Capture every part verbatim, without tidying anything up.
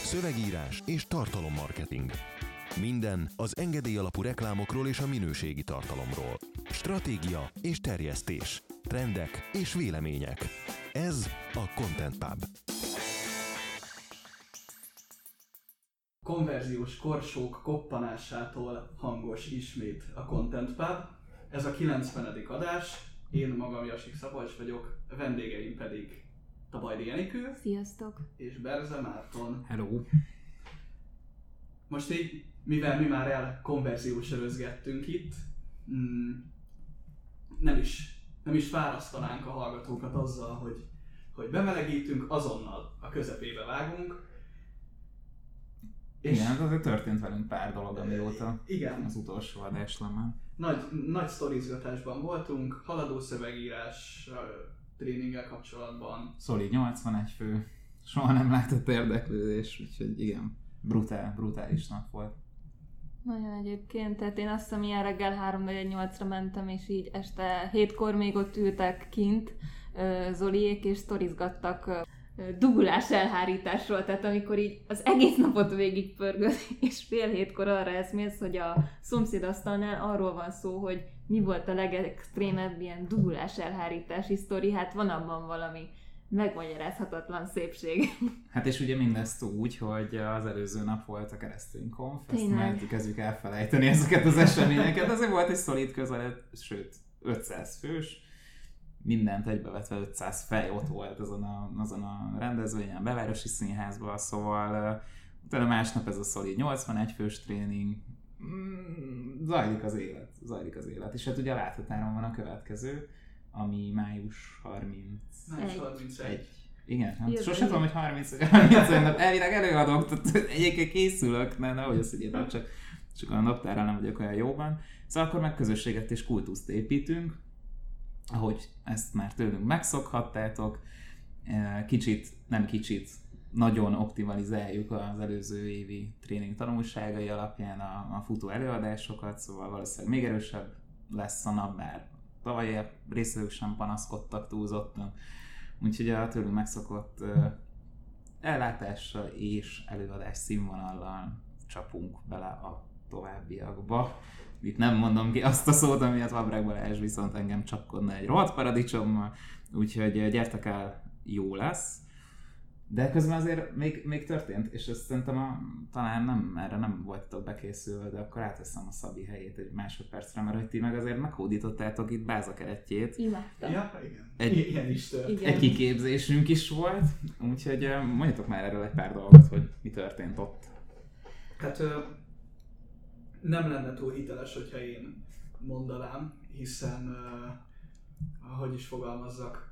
szövegírás és tartalommarketing. Minden az engedély alapú reklámokról és a minőségi tartalomról. Stratégia és terjesztés, trendek és vélemények. Ez a Content Pub. Konverziós korsók koppanásától hangos ismét a Content Pub. Ez a kilencvenedik adás. Én magam Jasik Szabolcs vagyok, vendégeim pedig Tabajdi Enikő. Sziasztok! És Berze Márton. Hello! Most így, mivel mi már el konverziós örözgettünk itt, nem is, nem is fárasztanánk a hallgatókat azzal, hogy, hogy bemelegítünk, azonnal a közepébe vágunk. És igen, azért történt velünk pár dolog, amióta igen. Az utolsó adás lemán. Nagy, nagy sztorizgatásban voltunk, haladó szövegírás tréninggel kapcsolatban. Szoli nyolcvanegy fő, soha nem látott érdeklődés, úgyhogy igen, brutál, brutális nap volt. Nagyon egyébként, tehát én azt hiszem, ilyen reggel három negyvennyolcra mentem, és így este hétkor még ott ültek kint Zoliék, és sztorizgattak dugulás elhárításról, tehát amikor így az egész napot végig pörgöd, és fél hétkor arra eszmélsz, hogy a szomszédasztalnál arról van szó, hogy mi volt a legextrémebb ilyen dugulás elhárítási sztori, hát van abban valami megmagyarázhatatlan szépség. Hát és ugye mindezt úgy, hogy az előző nap volt a keresztény konf, ezt már kezdjük elfelejteni ezeket az eseményeket, azért volt egy szolid közel, sőt ötszáz fős, mindent egybevetve ötszáz fej ott volt azon a, azon a rendezvényen, Bevárosi Színházban, szóval uh, utána másnap ez a szolid nyolcvanegy fős tréning, mm, zajlik az élet, zajlik az élet, és hát ugye a láthatáron van a következő, ami május harmincegy. Igen, hát sosem tudom, hogy harminc vagy harmincegy nap, elvileg előadok, tehát egyébként készülök, ne, nehogy azt higgyétek, csak, csak a naptárral nem vagyok olyan jóban. Szóval akkor meg közösséget és kultuszt építünk, ahogy ezt már tőlünk megszokhattátok, kicsit, nem kicsit, nagyon optimalizáljuk az előző évi tréning tanulságai alapján a, a futó előadásokat, szóval valószínűleg még erősebb lesz a nap, bár tavaly részletek sem panaszkodtak túlzottan. Úgyhogy a tőlünk megszokott ellátással és előadás színvonallal csapunk bele a továbbiakba. Itt nem mondom ki azt a szót, amiatt Vabreg Balázs viszont engem csapkodna egy rohadt paradicsommal, úgyhogy gyertek el, jó lesz. De közben azért még, még történt, és ezt szerintem a, talán nem, erre nem voltatok bekészülve, de akkor átveszem a Szabi helyét egy másodpercre, mert hogy ti meg azért meghódítottátok itt Báza keretjét. Imádtam. Ja, igen. Egy, ilyen is történt. Egy kiképzésünk is volt, úgyhogy mondjatok már erről egy pár dolgot, hogy mi történt ott. Hát nem lenne túl hiteles, hogyha én mondanám, hiszen, ahogy is fogalmazzak,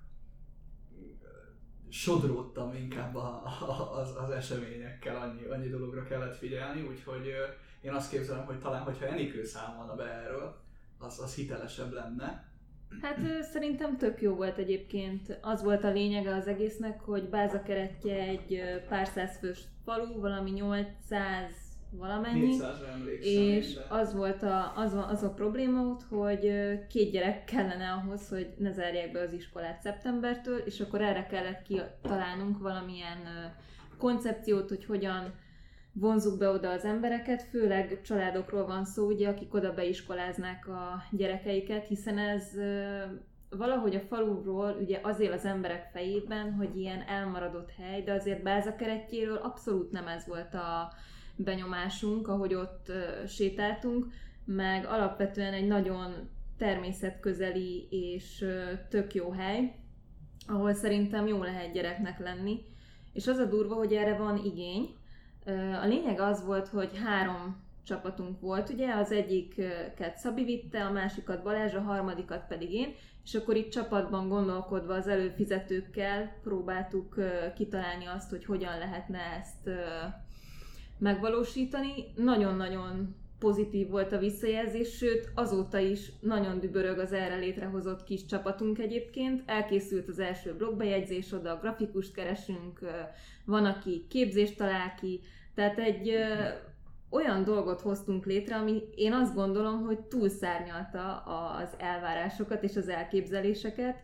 sodródtam inkább a, a, az, az eseményekkel, annyi, annyi dologra kellett figyelni, úgyhogy én azt képzelem, hogy talán, hogyha Enikő számolna be erről, az, az hitelesebb lenne. Hát szerintem tök jó volt egyébként. Az volt a lényege az egésznek, hogy Báza keretje egy pár száz fős falu, valami nyolcszáz valamennyi, négyszázra emlékszem, és az volt a, az, az a probléma ott, hogy két gyerek kellene ahhoz, hogy ne zárják be az iskolát szeptembertől, és akkor erre kellett kitalálnunk valamilyen koncepciót, hogy hogyan vonzuk be oda az embereket, főleg családokról van szó, ugye, akik oda beiskoláznák a gyerekeiket, hiszen ez valahogy a faluról ugye azért az emberek fejében, hogy ilyen elmaradott hely, de azért Báza keretjéről abszolút nem ez volt a benyomásunk, ahogy ott uh, sétáltunk, meg alapvetően egy nagyon természetközeli és uh, tök jó hely, ahol szerintem jó lehet gyereknek lenni. És az a durva, hogy erre van igény. Uh, a lényeg az volt, hogy három csapatunk volt, ugye, az egyiket Szabi vitte, a másikat Balázs, a harmadikat pedig én, és akkor itt csapatban gondolkodva az előfizetőkkel próbáltuk uh, kitalálni azt, hogy hogyan lehetne ezt uh, megvalósítani. Nagyon-nagyon pozitív volt a visszajelzés, sőt azóta is nagyon dübörög az erre létrehozott kis csapatunk egyébként. Elkészült az első blogbejegyzés, oda a grafikust keresünk, van, aki képzést talál ki, tehát egy ö, olyan dolgot hoztunk létre, ami én azt gondolom, hogy túlszárnyalta az elvárásokat és az elképzeléseket,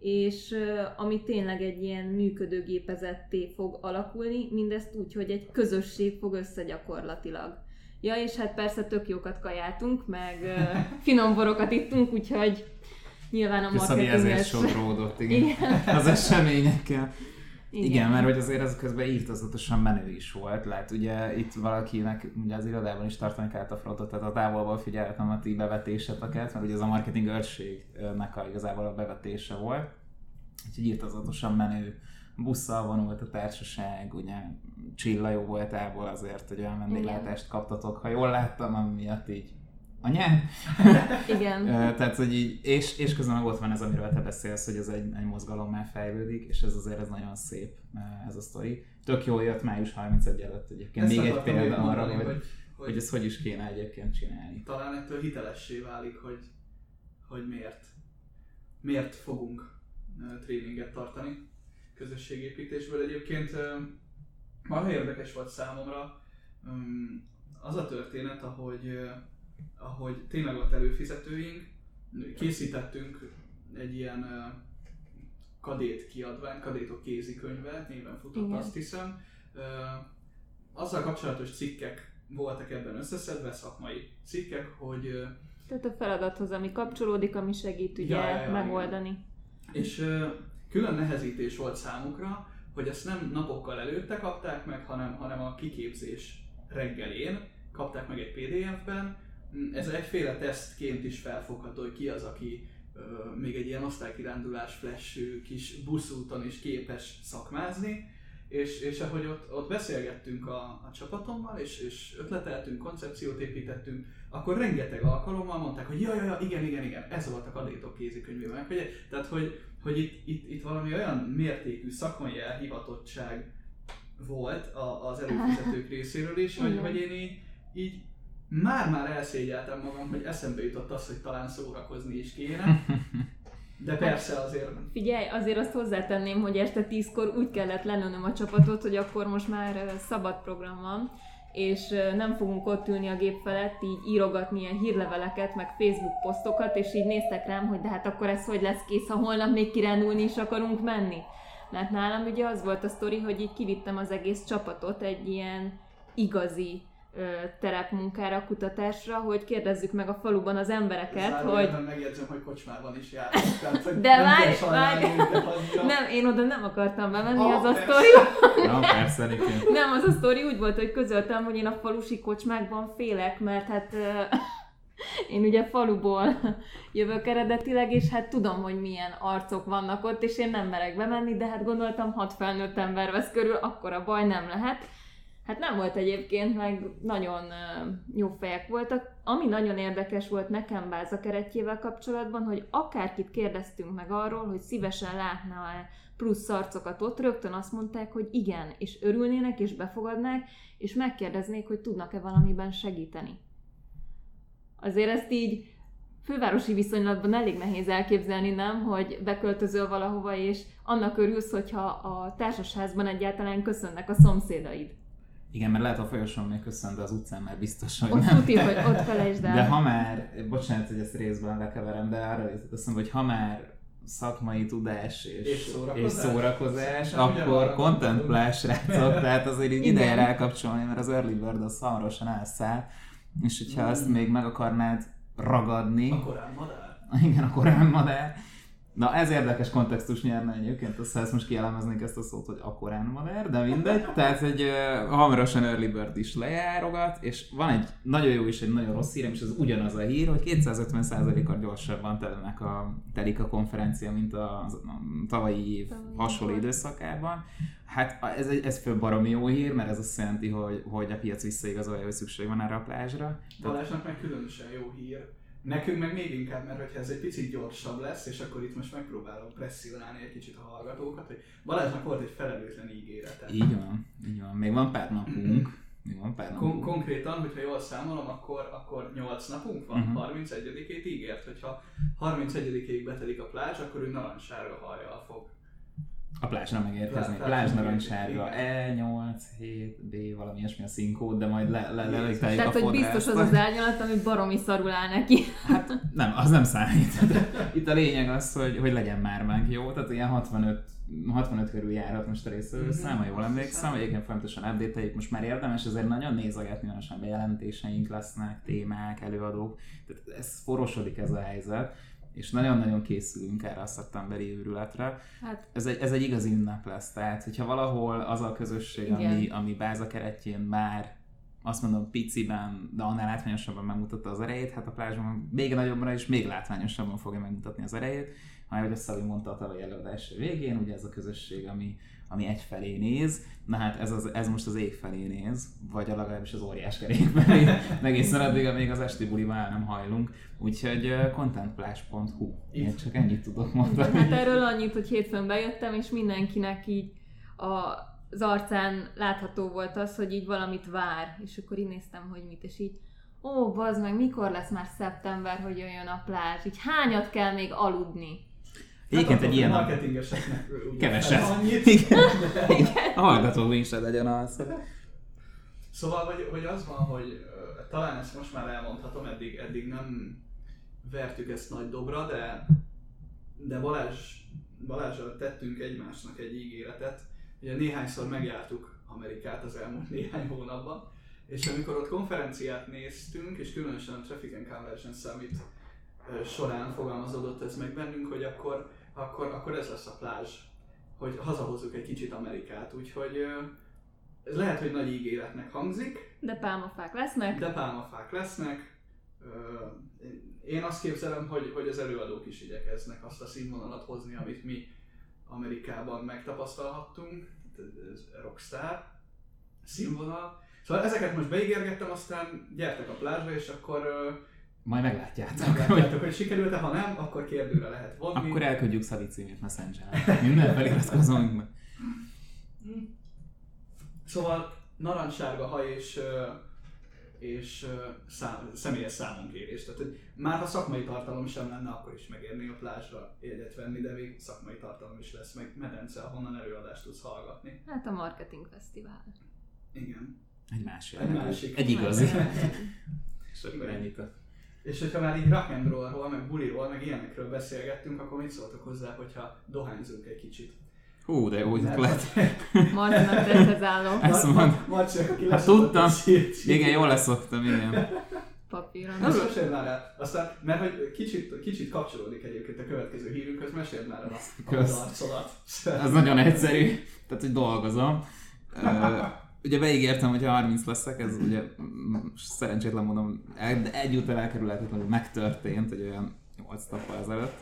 és ami tényleg egy ilyen működőgépezetté fog alakulni, mindezt úgy, hogy egy közösség fog össze gyakorlatilag. Ja, és hát persze tök jókat kajáltunk, meg finom borokat ittunk, úgyhogy nyilván a marketinges... ezért sodródott, igen, igen. az eseményekkel. Igen. igen, mert hogy azért ez közben írtozatosan menő is volt. Lehet ugye itt valakinek ugye az irodában is tartani kellett a frontot, tehát a távolból figyeltem a ti bevetéseteket, mert ugye ez a marketing őrségnek a, igazából a bevetése volt. Úgyhogy írtozatosan menő busszal vonult a társaság, ugye Csilla jó voltából azért, hogy olyan vendéglátást kaptatok, ha jól láttam, ami miatt így anyád. Igen. Tehát, hogy így, és, és közben meg ott van ez, amiről te beszélsz, hogy ez egy, egy mozgalommá fejlődik, és ez azért ez nagyon szép, ez a sztori. Tök jól jött május harmincadiga előtt egyébként. Ezt még egy példa arra, mondani, hogy, hogy, hogy ezt hogy is kéne egyébként csinálni. Talán ettől hitelessé válik, hogy, hogy miért, miért fogunk tréninget tartani közösségépítésből. Egyébként marha érdekes volt számomra az a történet, ahogy ahogy tényleg ott előfizetőink, készítettünk egy ilyen uh, kadét kiadvány, kadétok kézikönyve, néven futott, igen. Azt hiszem. Uh, azzal kapcsolatos cikkek voltak ebben összeszedve, szakmai cikkek, hogy... Uh, Tehát a feladathoz, ami kapcsolódik, ami segít ugye ja, ja, ja, megoldani. Igen. És uh, külön nehezítés volt számukra, hogy ezt nem napokkal előtte kapták meg, hanem, hanem a kiképzés reggelén kapták meg egy pé dé ef-ben. Ez egyféle tesztként is felfogható, hogy ki az, aki ö, még egy ilyen osztálykirándulás flashű kis buszúton is képes szakmázni, és, és ahogy ott, ott beszélgettünk a, a csapatommal, és, és ötleteltünk, koncepciót építettünk, akkor rengeteg alkalommal mondták, hogy ja, ja, ja, igen, igen, igen, ez volt a kadétok kézikönyvében. Hogy, tehát, hogy, hogy itt, itt, itt valami olyan mértékű szakmai elhivatottság volt az előfizetők részéről is, hogy, hogy én így, így már-már elszégyeltem magam, hogy eszembe jutott az, hogy talán szórakozni is kéne. De persze azért... Figyelj, azért azt hozzátenném, hogy este tízkor úgy kellett lelőnöm a csapatot, hogy akkor most már szabad program van, és nem fogunk ott ülni a gép felett, így írogatni ilyen hírleveleket, meg Facebook posztokat, és így néztek rám, hogy de hát akkor ez hogy lesz kész, ha holnap még kirándulni is akarunk menni. Mert nálam ugye az volt a sztori, hogy így kivittem az egész csapatot egy ilyen igazi terepmunkára, kutatásra, hogy kérdezzük meg a faluban az embereket, Zárójában hogy... megjegyzem, hogy kocsmában is jártunk, tehát de nem várj, várj! Nem, én oda nem akartam bemenni, oh, az persze. A sztori... No, persze, nem, az a sztori úgy volt, hogy közöltem, hogy én a falusi kocsmákban félek, mert hát én ugye faluból jövök eredetileg, és hát tudom, hogy milyen arcok vannak ott, és én nem merek bemenni, de hát gondoltam, hat felnőtt ember vesz körül, akkor a baj nem lehet. Hát nem volt egyébként, meg nagyon jó fejek voltak. Ami nagyon érdekes volt nekem Báza kerettjével kapcsolatban, hogy akárkit kérdeztünk meg arról, hogy szívesen látna-e plusz arcokat ott, rögtön azt mondták, hogy igen, és örülnének, és befogadnák, és megkérdeznék, hogy tudnak-e valamiben segíteni. Azért ezt így fővárosi viszonylatban elég nehéz elképzelni, nem, hogy beköltözöl valahova, és annak örülsz, hogyha a társasházban egyáltalán köszönnek a szomszédaid. Igen, mert lehet a folyosón még köszön, de az utcán már biztos, hogy ott nem. Tuti, hogy ott felejtsd el. De ha már, bocsánat, hogy ezt részben lekeverem, de arra jutott eszembe, hogy ha már szakmai tudás és, és szórakozás, és szórakozás akkor contemplás srácok, tehát azért így ideje rákapcsolni, mert az early bird az hamarosan elszáll, és hogyha mm. azt még meg akarnád ragadni. A korán madár. Igen, a korán madár. Na ez érdekes kontextus nyerne egyébként, azt ezt most kielemeznék ezt a szót, hogy a korán madár, de mindegy. Tehát egy uh, hamarosan early bird is lejárogat, és van egy nagyon jó és egy nagyon rossz hírem, és ez ugyanaz a hír, hogy kétszázötven százalékkal gyorsabban telnek a, telik a konferencia, mint a, a tavalyi év hasonló időszakában. Hát ez, ez fő baromi jó hír, mert ez azt jelenti, hogy, hogy a piac visszaigazolja, hogy szükség van erre a plázsra. Balázsnak meg különösen jó hír. Nekünk meg még inkább, mert hogyha ez egy picit gyorsabb lesz, és akkor itt most megpróbálom presszionálni egy kicsit a hallgatókat, hogy Balázsnak volt egy felelőtlen ígérete. Így van, így van. Még van pár napunk. Még van pár napunk. Kon- konkrétan, hogyha jól számolom, akkor, akkor nyolc napunk van. Uh-huh. harmincegyedikét ígért, hogyha harmincegyedikéig betelik a plázs, akkor ő narancssárga hajjal fog A plázsra megérkezni. Plázs narancssárga, E nyolc, hét, B, valami ilyesmi a színkód, de majd le, le, le, le, le tehát, hogy biztos az az árnyalat, ami baromi szarul áll neki. Hát nem, az nem számít. De itt a lényeg az, hogy, hogy legyen mármánk jó, tehát ilyen hatvanöt, hatvanöt körül járhat most a részvevőszám, ha jól emlékszem, egyébként folyamatosan update-eljük, most már érdemes, ezért nagyon nézegetni, nagyon bejelentéseink lesznek, témák, előadók, tehát ez forosodik ez a helyzet. És nagyon-nagyon készülünk erre a szeptemberi őrületre. Hát, ez, egy, ez egy igazi ünnep lesz, tehát hogyha valahol az a közösség, ami, ami Báza keretjén már azt mondom piciben, de annál látványosabban megmutatta az erejét, hát a plázsban még nagyobbra és még látványosabban fogja megmutatni az erejét. Ahogy a Szabi mondta a tavalyi előadás végén, ugye ez a közösség, ami, ami egyfelé néz, na hát ez, az, ez most az ég felé néz, vagy legalábbis az óriás kerék felé, egészen addig, amíg az esti buliba el nem hajlunk. Úgyhogy uh, contentplázs pont hu. Én csak ennyit tudok mondani. Hát erről annyit, hogy hétfőn bejöttem, és mindenkinek így a, az arcán látható volt az, hogy így valamit vár, és akkor így néztem, hogy mit, és így ó, bazd meg, mikor lesz már szeptember, hogy jöjjön a plázs, így hányat kell még aludni? Egyébként hát egy ilyen marketingeseknek keveset. Igen. A hallgatók is legyen az. Szóval, hogy, hogy az van, hogy uh, talán ezt most már elmondhatom, eddig, eddig nem vertük ezt nagy dobra, de, de Balázs, Balázsral tettünk egymásnak egy ígéretet. Ugye néhányszor megjártuk Amerikát az elmúlt néhány hónapban, és amikor ott konferenciát néztünk, és különösen a Traffic and Conversion Summit uh, során fogalmazódott ez meg bennünk, hogy akkor, akkor, akkor ez lesz a plázs, hogy hazahozzuk egy kicsit Amerikát, úgyhogy uh, ez lehet, hogy nagy ígéretnek hangzik. De pálmafák lesznek. De pálmafák lesznek. Én azt képzelem, hogy, hogy az előadók is igyekeznek azt a színvonalat hozni, amit mi Amerikában megtapasztalhattunk. Ez rockstar színvonal. Szóval ezeket most beígérgettem, aztán gyertek a plázsra, és akkor majd meglátjátok, meglátjátok hogy... hogy sikerült-e, ha nem, akkor kérdőre lehet vonni. Akkor elküldjük Szabi címét Messengeren. Minden feliratkozónknak. Szóval narancssárga haj és, és szám, személyes számonkérés. Tehát, hogy már ha szakmai tartalom sem lenne, akkor is megérné a plázsra jegyet venni, de még szakmai tartalom is lesz, meg medence, ahonnan előadást tudsz hallgatni. Hát a marketing fesztivál. Igen. Egy másik. Egy másik. Egy igazi. És akkor ennyit. És hogyha már így rock and rollról, meg buliról, meg ilyenekről beszélgettünk, akkor mit szóltak hozzá, hogyha dohányzunk egy kicsit? Hú, de úgy lett. Marcinak tetthez álló. Ezt mond. Marcinak, aki hát tudtam. Igen, jól leszoktam, igen. Papíron. Azt meséld már el. Aztán, mert hogy kicsit, kicsit kapcsolódik egyébként a következő hírünkhöz, meséld már el a, az arcolat. Ez nagyon egyszerű. Tehát, hogy dolgozom. Uh, ugye beígértem, hogy harminc leszek, ez ugye szerencsétlen mondom, de egyúttal elkerülhetetlenül megtörtént, egy olyan nyolc nappal ezelőtt.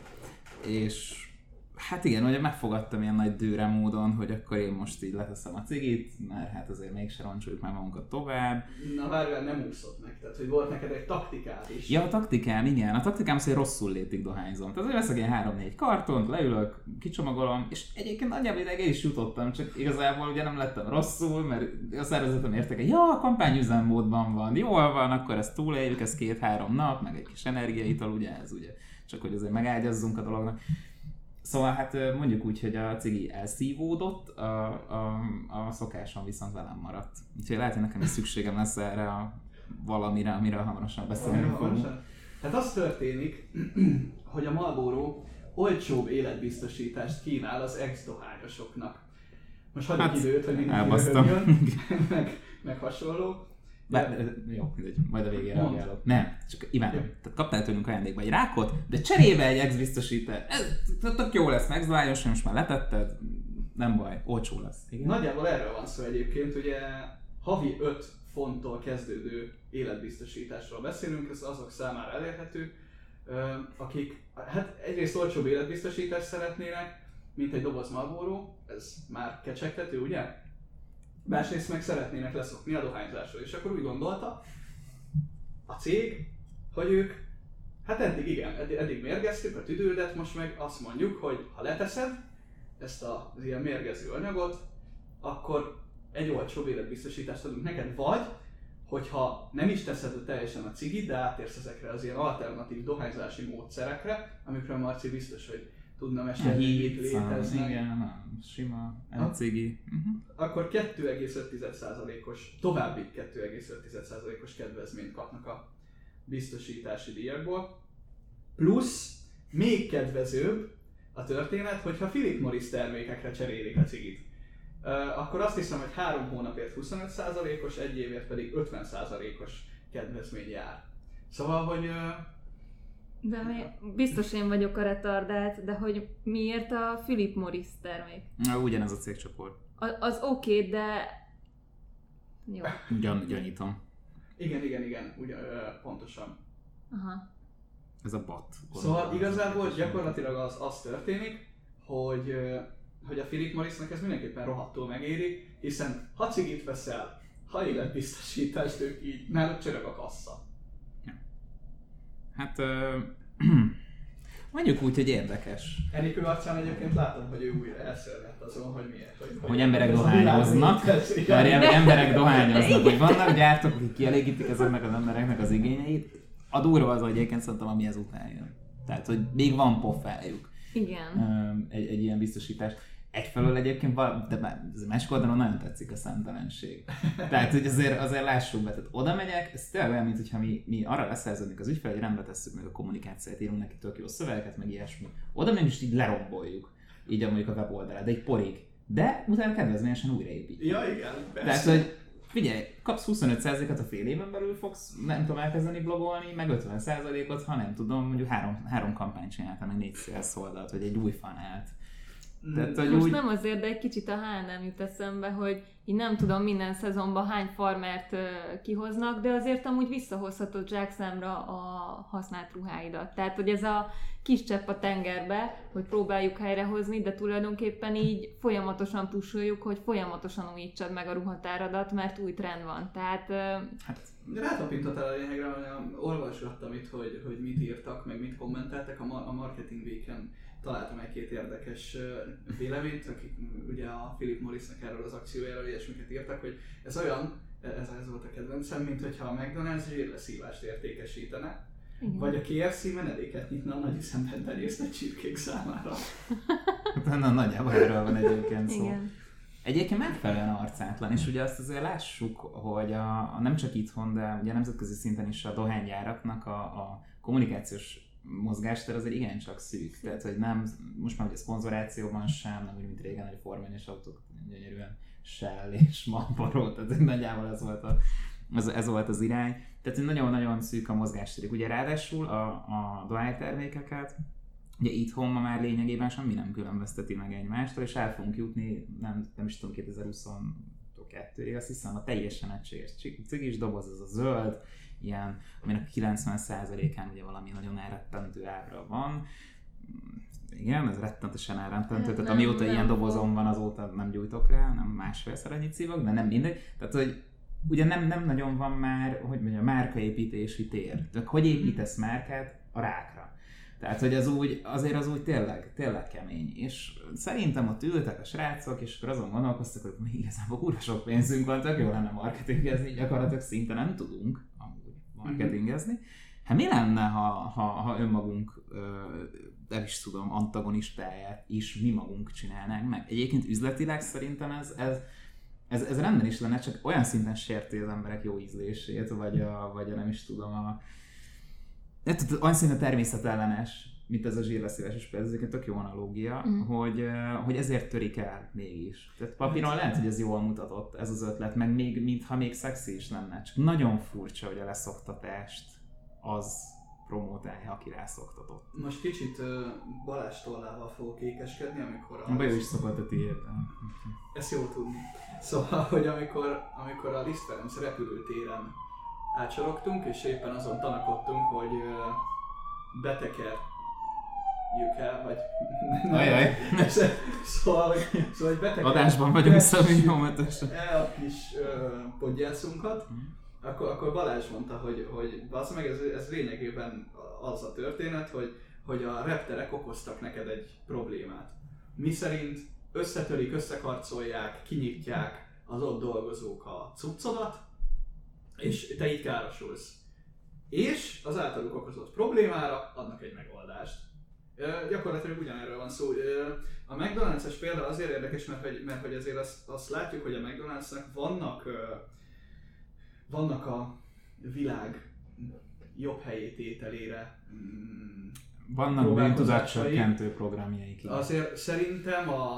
És hát igen, ugye megfogadtam ilyen nagy dőre módon, hogy akkor én most így leteszem a cigit, mert hát azért mégse roncsoljuk már magunkat tovább. Na várjál, nem úszott meg, tehát hogy volt neked egy taktikád is. Ja, a taktikám, igen. A taktikám az, hogy rosszul létig dohányzom. Tehát veszek ilyen három-négy kartont, leülök, kicsomagolom, és egyébként nagyjából ideig el is jutottam, csak igazából ugye nem lettem rosszul, mert a szervezetem értek, hogy ja, a kampányüzemmódban van, jól van, akkor ezt túléljük, ez két-három nap, meg egy kis energiaital, ugye ez ugye, csak hogy azért megágyazzunk a dolognak. Szóval hát mondjuk úgy, hogy a cigi elszívódott, a, a, a szokásom viszont velem maradt. Úgyhogy lehet, hogy nekem is szükségem lesz erre a valamire, amiről hamarosan beszélni fogunk. Hát az történik, hogy a Marlboro olcsóbb életbiztosítást kínál az ex-dohányosoknak. Most hagyjuk hát, időt, hogy mindenki röhögjön, meg, meg hasonló. Bár, jó, majd a végén reagálok. Nem, csak Iván, tehát kaptál tőlünk ajándékba egy rákot, de cserébe egy ex-biztosítás. Ez tök jó lesz, megzványos, most már letetted, nem baj, olcsó lesz. Igen? Nagyjából erről van szó egyébként, ugye havi öt fonttól kezdődő életbiztosításról beszélünk, ez azok számára elérhető, akik hát egyrészt olcsóbb életbiztosítást szeretnének, mint egy doboz Marlboro, ez már kecsegtető, ugye? Másrészt meg szeretnének leszokni a dohányzásról, és akkor úgy gondolta a cég, hogy ők, hát eddig igen, eddig, eddig mérgeztük a tüdődet, most meg azt mondjuk, hogy ha leteszed ezt az ilyen mérgező anyagot, akkor egy olcsóbb életbiztosítást adunk neked, vagy hogyha nem is teszed teljesen a cigit, de átérsz ezekre az ilyen alternatív dohányzási módszerekre, amikről Marci biztos, hogy tudna mesélni, mit léteznek. Igen, sima, elcigi. Uh-huh. Akkor kettő egész öt százalékos, további kettő egész öt százalékos kedvezményt kapnak a biztosítási díjakból. Plusz még kedvezőbb a történet, hogyha Philip Morris termékekre cserélik a cigit. Uh, akkor azt hiszem, hogy három hónapért huszonöt százalékos, egy évért pedig ötven százalékos kedvezmény jár. Szóval, hogy... Uh, de mi, biztos én vagyok a retardált, de hogy miért a Philip Morris termék? Na, ugyanez a cégcsoport. A, az oké, okay, de... Jó. Gyan, gyanítom. Igen, igen, igen, ugyan, uh, pontosan. Aha. Ez a bat. Szóval igazából gyakorlatilag az, az történik, hogy, uh, hogy a Philip Morrisnak ez mindenképpen rohadtul megéri, hiszen ha cigit veszel, ha életbiztosítást, ők így, náluk csörög a kassa. Hát ö, mondjuk úgy, hogy érdekes. Enikő arcán egyébként látom, hogy ő újra elszörnyett azon, hogy miért. Hogy, hogy, hogy emberek dohányoznak, mert emberek dohányoznak, hogy vannak gyártók, akik kielégítik ezeknek az embereknek az igényeit. A durva az, hogy egyébként szerintem, ami ezután jön. Tehát, hogy még van pofájuk. Igen. Egy, egy ilyen biztosítás. Egyfelől egyébként, de az másik oldalon nagyon tetszik a számtelenség. Tehát, hogy azért, azért lássuk be, tehát oda megyek, ez tényleg olyan, mint hogyha mi, mi arra leszerződnénk az ügyfél, hogy rendbe tesszük meg a kommunikációt, írunk neki tök jó szövegeket, meg ilyesmi. Oda megyünk és így leromboljuk, így mondjuk a weboldalát, de egy porig. De utána kedvezményesen újraépítjük. Ja, igen, persze. Tehát, hogy figyelj, kapsz huszonöt százalékot a fél éven belül fogsz, nem tudom elkezdeni blogolni, meg ötven százalékot, ha nem tudom, mondjuk három, három kampányt csináltam, meg négy sales oldalt, vagy egy új funnelt. Tehát, hogy most úgy... nem azért, de egy kicsit a há és em jut eszembe, hogy így nem tudom minden szezonban hány farmert uh, kihoznak, de azért amúgy visszahozhatod zsákszámra a használt ruháidat. Tehát, hogy ez a kis csepp a tengerbe, hogy próbáljuk helyrehozni, de tulajdonképpen így folyamatosan pusoljuk, hogy folyamatosan újítsad meg a ruhatáradat, mert új trend van. Tehát... Uh... Hát, rátapintottál a lényegre, hogy olvasgattam itt, hogy, hogy mit írtak, meg mit kommenteltek a, ma- a Marketing Week-en. Találtam egy-két érdekes véleményt, akik ugye a Philip Morrisnak erről az akciójáról ilyesmiket írtak, hogy ez olyan, ez, ez volt a kedvencem, mint hogyha a McDonald's zsírleszívást értékesítene, igen. Vagy a ká ef cé menedéket nyitna a nagy üzemben tenyésztett csirkék számára. Na, nagyjából erről van egyébként szó. Igen. Egyébként megfelelően arcátlan, és ugye azt azért lássuk, hogy a, a nem csak itthon, de ugye nemzetközi szinten is a dohánygyáraknak a, a kommunikációs mozgástér azért igencsak szűk. Tehát, hogy nem, most már ugye szponzorációban sem, nem úgy, mint régen, hogy formányos autók gyönyörűen Shell és Marlboro, tehát nagyjából ez volt, a, ez, ez volt az irány. Tehát, hogy nagyon-nagyon szűk a mozgástérük. Ugye ráadásul a, a dohánytermékeket, ugye itthon ma már lényegében semmi nem különbözteti meg egymástól, és el fogunk jutni, nem, nem is tudom, kétezer-huszonkettőig, azt hiszem a teljesen egységes cigis doboz, az a zöld, ilyen, aminek kilencven százalékán ugye valami nagyon elrettentő ábra van. Igen, ez rettentesen elrettentő, tehát amióta ilyen dobozom van, azóta nem gyújtok rá, nem másfélszer annyit szívok, de nem mindegy. Tehát, hogy ugye nem, nem nagyon van már, hogy mondja, márkaépítési tér. Tehát hogy építesz márkát a rákra? Tehát, hogy az úgy, azért az úgy tényleg, tényleg kemény. És szerintem ott ültek a srácok, és akkor azon gondolkoztak, hogy mi igazából kurva sok pénzünk van, tök jó lenne marketingezni, gyakorlatilag szinte nem tudunk amúgy marketingezni. Hát mi lenne, ha, ha, ha önmagunk, nem is tudom, antagonistáját is mi magunk csinálnánk meg? Egyébként üzletileg szerintem ez, ez, ez, ez rendben is lenne, csak olyan szinten sérti az emberek jó ízlését, vagy a, vagy a nem is tudom, a olyan szinten természetellenes, mint ez a zsírleszívásos például, ez egy tök jó analógia, mm. hogy, hogy ezért törik el mégis. Tehát papíron lehet, hogy ez jól mutatott, ez az ötlet, meg még, mintha még szexi is lenne. Csak nagyon furcsa, hogy a leszoktatást az promótálja, aki rászoktatott. Most kicsit uh, Balázs tollával fogok ékeskedni, amikor a... Bajó is szokott a tiéd. Ezt jó tudni. Szóval, hogy amikor, amikor a Liszt Ferenc repülőtéren átsorogtunk, és éppen azon tanakodtunk, hogy uh, betekerjük el, vagy... Ajaj! szóval, szóval, hogy betekerjük adásban vagyunk szavényomatosan. el a kis uh, podgyászunkat, mm. akkor, akkor Balázs mondta, hogy, hogy bazd meg, ez, ez lényegében az a történet, hogy, hogy a repterek okoztak neked egy problémát. Miszerint összetörik, összekarcolják, kinyitják az ott dolgozók a cuccodat, és te így károsulsz. És az általuk okozott problémára adnak egy megoldást. Ö, gyakorlatilag ugyanerről van szó. Ö, a McDonald's-es példa azért érdekes, mert hogy, mert hogy azért azt, azt látjuk, hogy a McDonald's-nak vannak, ö, vannak a világ jobb helyét ételére mm, vannak bűntudatcsökkentő programjaik. Azért szerintem a,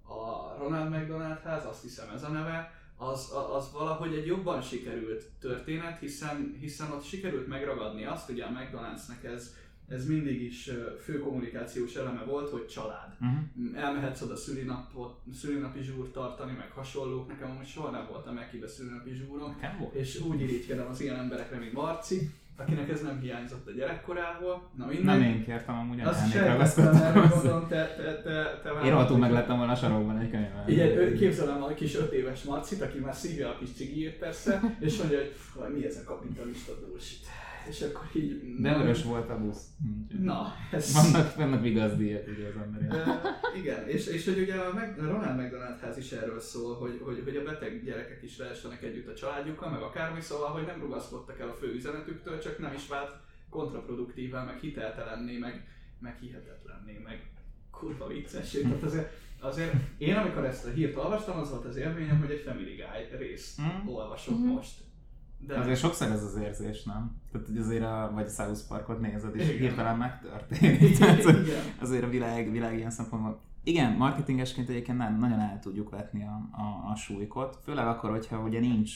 a Ronald McDonald ház, azt hiszem ez a neve, az, az valahogy egy jobban sikerült történet, hiszen, hiszen ott sikerült megragadni azt, ugye a McDonald'snek ez, ez mindig is fő kommunikációs eleme volt, hogy család. Uh-huh. Elmehetsz oda szülinapot, szülinapi zsúrt tartani, meg hasonlók. Nekem amúgy soha nem volt a Mekibe szülinapi zsúrom, és úgy irigykedem az ilyen emberekre, mint Marci, akinek ez nem hiányzott a gyerekkorából. Na mindegy. Nem én kértem, amúgy azt sejtettem, mondom, te, te, te, te én rohadtul meglettem volna a sarokban egy könyvvel. Igen, képzelem a kis öt éves Marcit, aki már szívja a kis cigijét persze, és mondja, hogy mi ez a kapitalista bullshit. És akkor így... De örös volt a busz. Na, ez... Vannak, vannak vigazdíjak ugye az emberek. Igen, és, és hogy ugye a, Mac, a Ronald McDonald ház is erről szól, hogy, hogy, hogy a beteg gyerekek is lehessenek együtt a családjukkal, meg akármi, szóval, hogy nem rugaszkodtak el a fő üzenetüktől, csak nem is vált kontraproduktívvel, meg hiteltelenné, meg, meg hihetetlenné, meg kurva viccessé. Tehát azért, azért én amikor ezt a hírt olvastam, az volt az élményem, hogy egy Family Guy részt mm. olvasok mm. most. De azért sokszor ez az érzés, nem? Tehát, hogy azért a, vagy a South Parkot nézed, és igen. hirtelen megtörténik. Tehát, azért a világ, világ ilyen szempontból... Igen, marketingesként egyébként nem, nagyon el tudjuk vetni a, a, a súlykot, főleg akkor, hogyha ugye nincs...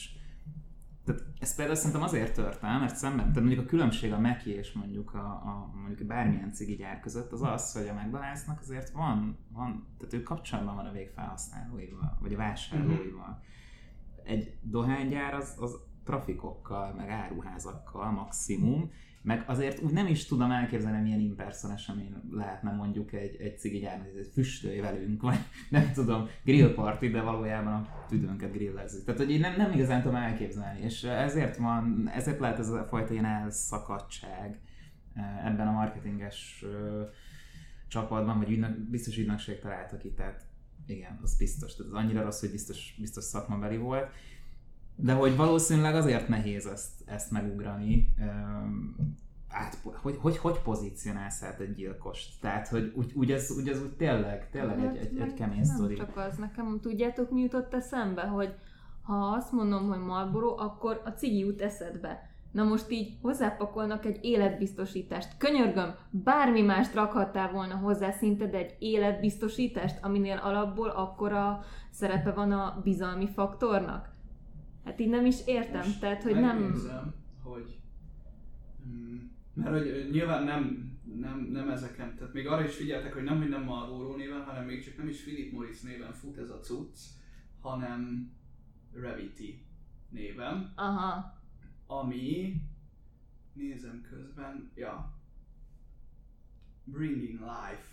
Tehát ez például szerintem azért történt, mert szemben, tehát mondjuk a különbség a Meki és mondjuk a, a mondjuk bármilyen cigi gyár között az az, hogy a McDonald'snak azért van, van, tehát ő kapcsolatban van a végfelhasználóival, vagy a vásárlóival. Egy dohánygyár az, az trafikokkal, meg áruházakkal maximum, meg azért úgy nem is tudom elképzelni, milyen in-person esemény lehetne mondjuk egy, egy cigigyárnak, egy füstölj velünk, vagy nem tudom, grill party, de valójában a tüdőnket grillezzük. Tehát, hogy én nem, nem igazán tudom elképzelni, és ezért van, ezért lehet ez a fajta ilyen elszakadtság ebben a marketinges csapatban, vagy ügynök, biztos ügynökség találta ki, tehát igen, az biztos, tehát az annyira rossz, hogy biztos, biztos szakmabeli volt. De hogy valószínűleg azért nehéz ezt, ezt megugrani, át, hogy, hogy, hogy pozícionálsz át egy gyilkost? Tehát, hogy úgy, úgy, ez, úgy ez úgy tényleg, tényleg hát, egy, egy, egy kemény sztori. Nem csak az, nekem tudjátok mi jutott eszembe, hogy ha azt mondom, hogy Marlboro, akkor a cigi jut eszedbe. Na most így hozzápakolnak egy életbiztosítást. Könyörgöm, bármi mást rakhattál volna hozzá szerinted egy életbiztosítást, aminél alapból akkora szerepe van a bizalmi faktornak? Hát így nem is értem, most tehát hogy nem... Megnézem, hogy... Mert hogy nyilván nem, nem, nem ezeken, tehát még arra is figyeltek, hogy nem, hogy nem Marlboro néven, hanem még csak nem is Philip Morris néven fut ez a cucc, hanem Revity néven. Aha. Ami... Nézem közben... Ja. Bringing Life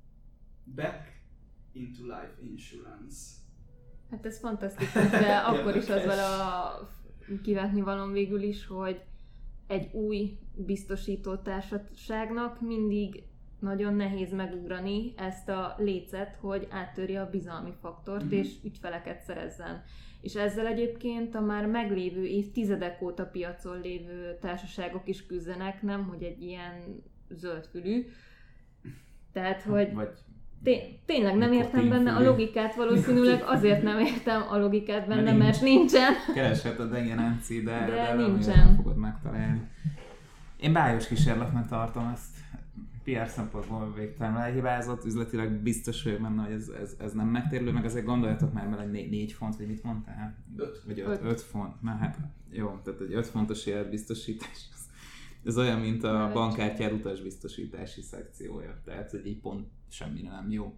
Back into Life Insurance. Hát ez fantasztikus, de akkor is az vele a kivetni valóm végül is, hogy egy új biztosító társaságnak mindig nagyon nehéz megugrani ezt a lécet, hogy áttörje a bizalmi faktort mm-hmm. és ügyfeleket szerezzen. És ezzel egyébként a már meglévő évtizedek óta piacon lévő társaságok is küzdenek, nem hogy egy ilyen zöldfülű. Tehát, hogy... Vagy... Té- tényleg nem értem benne a logikát, valószínűleg azért nem értem a logikát benne, mert, mert nincsen. Keresheted ilyen enci, de, de, de nincsen. Nem fogod megtalálni. Én bájos kísérletnek tartom ezt. pé er szempontból végtelenül elhibázott, üzletileg biztos vagyok benne, hogy ez, ez, ez nem megtérülő, meg azért gondoljatok már bele, hogy né- négy font, vagy mit mondtál? Öt. Vagy öt, öt. öt font. Na hát jó, tehát egy öt fontos életbiztosítás. Ez olyan, mint a bankkártyád utasbiztosítási szekciója. Tehát, hogy így pont semmire nem jó.